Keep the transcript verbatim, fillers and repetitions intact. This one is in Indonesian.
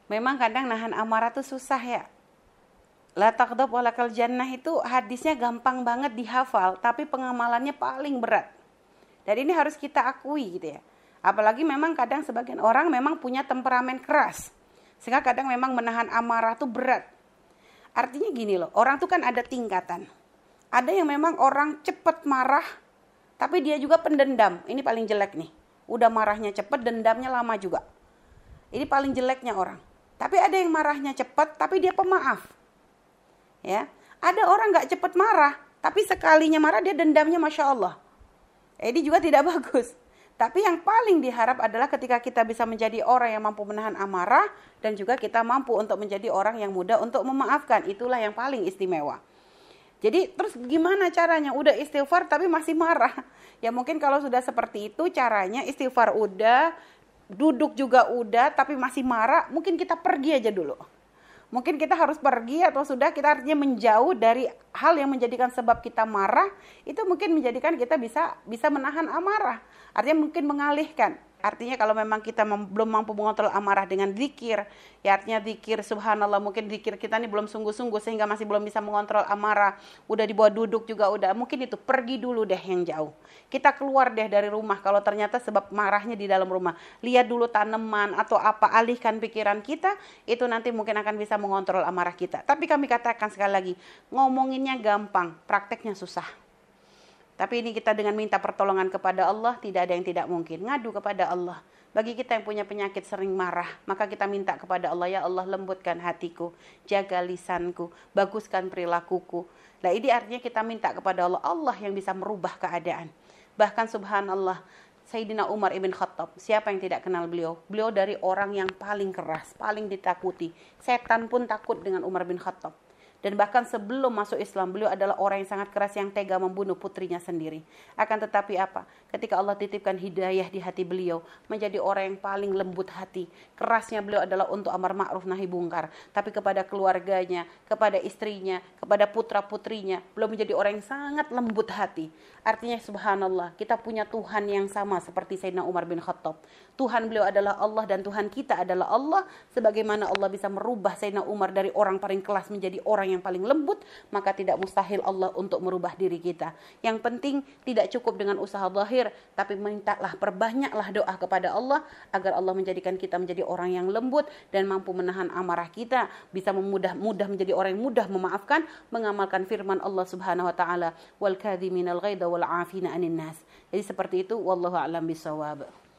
Memang kadang nahan amarah tuh susah ya. La taghdab walakal jannah itu hadisnya gampang banget dihafal, tapi pengamalannya paling berat. Dan ini harus kita akui gitu ya. Apalagi memang kadang sebagian orang memang punya temperamen keras. Sehingga kadang memang menahan amarah tuh berat. Artinya gini loh, orang tuh kan ada tingkatan. Ada yang memang orang cepat marah, tapi dia juga pendendam. Ini paling jelek nih. Udah marahnya cepat, dendamnya lama juga. Ini paling jeleknya orang. Tapi ada yang marahnya cepat, tapi dia pemaaf. Ya, ada orang nggak cepat marah, tapi sekalinya marah dia dendamnya masya Allah. Ini juga tidak bagus. Tapi yang paling diharap adalah ketika kita bisa menjadi orang yang mampu menahan amarah dan juga kita mampu untuk menjadi orang yang mudah untuk memaafkan. Itulah yang paling istimewa. Jadi terus gimana caranya? Udah istighfar tapi masih marah. Ya mungkin kalau sudah seperti itu caranya istighfar udah, duduk juga udah tapi masih marah, mungkin kita pergi aja dulu. Mungkin kita harus pergi atau sudah kita artinya menjauh dari hal yang menjadikan sebab kita marah, itu mungkin menjadikan kita bisa bisa menahan amarah. Artinya mungkin mengalihkan. Artinya kalau memang kita mem- belum mampu mengontrol amarah dengan zikir, ya artinya zikir subhanallah, mungkin zikir kita ini belum sungguh-sungguh sehingga masih belum bisa mengontrol amarah, udah dibawa duduk juga udah, mungkin itu pergi dulu deh yang jauh. Kita keluar deh dari rumah kalau ternyata sebab marahnya di dalam rumah. Lihat dulu tanaman atau apa, alihkan pikiran kita, itu nanti mungkin akan bisa mengontrol amarah kita. Tapi kami katakan sekali lagi, ngomonginnya gampang, prakteknya susah. Tapi ini kita dengan minta pertolongan kepada Allah, tidak ada yang tidak mungkin. Ngadu kepada Allah. Bagi kita yang punya penyakit sering marah, maka kita minta kepada Allah, ya Allah lembutkan hatiku, jaga lisanku, baguskan perilakuku. Nah ini artinya kita minta kepada Allah, Allah yang bisa merubah keadaan. Bahkan subhanallah, Sayyidina Umar ibn Khattab, siapa yang tidak kenal beliau? Beliau dari orang yang paling keras, paling ditakuti. Setan pun takut dengan Umar bin Khattab. Dan bahkan sebelum masuk Islam, beliau adalah orang yang sangat keras yang tega membunuh putrinya sendiri. Akan tetapi apa? Ketika Allah titipkan hidayah di hati beliau, menjadi orang yang paling lembut hati. Kerasnya beliau adalah untuk amar ma'ruf nahi mungkar. Tapi kepada keluarganya, kepada istrinya, kepada putra-putrinya, beliau menjadi orang yang sangat lembut hati. Artinya subhanallah, kita punya Tuhan yang sama seperti Sayyidina Umar bin Khattab. Tuhan beliau adalah Allah dan Tuhan kita adalah Allah. Sebagaimana Allah bisa merubah Sayyidina Umar dari orang paling kelas menjadi orang yang paling lembut, maka tidak mustahil Allah untuk merubah diri kita. Yang penting tidak cukup dengan usaha zahir, tapi mintalah, perbanyaklah doa kepada Allah agar Allah menjadikan kita menjadi orang yang lembut dan mampu menahan amarah kita, bisa memudah-mudah menjadi orang yang mudah memaafkan, mengamalkan firman Allah Subhanahu wa taala, wal kadhiminal ghaidha wal 'afina 'anil nas. Jadi seperti itu, wallahu a'lam bishawab.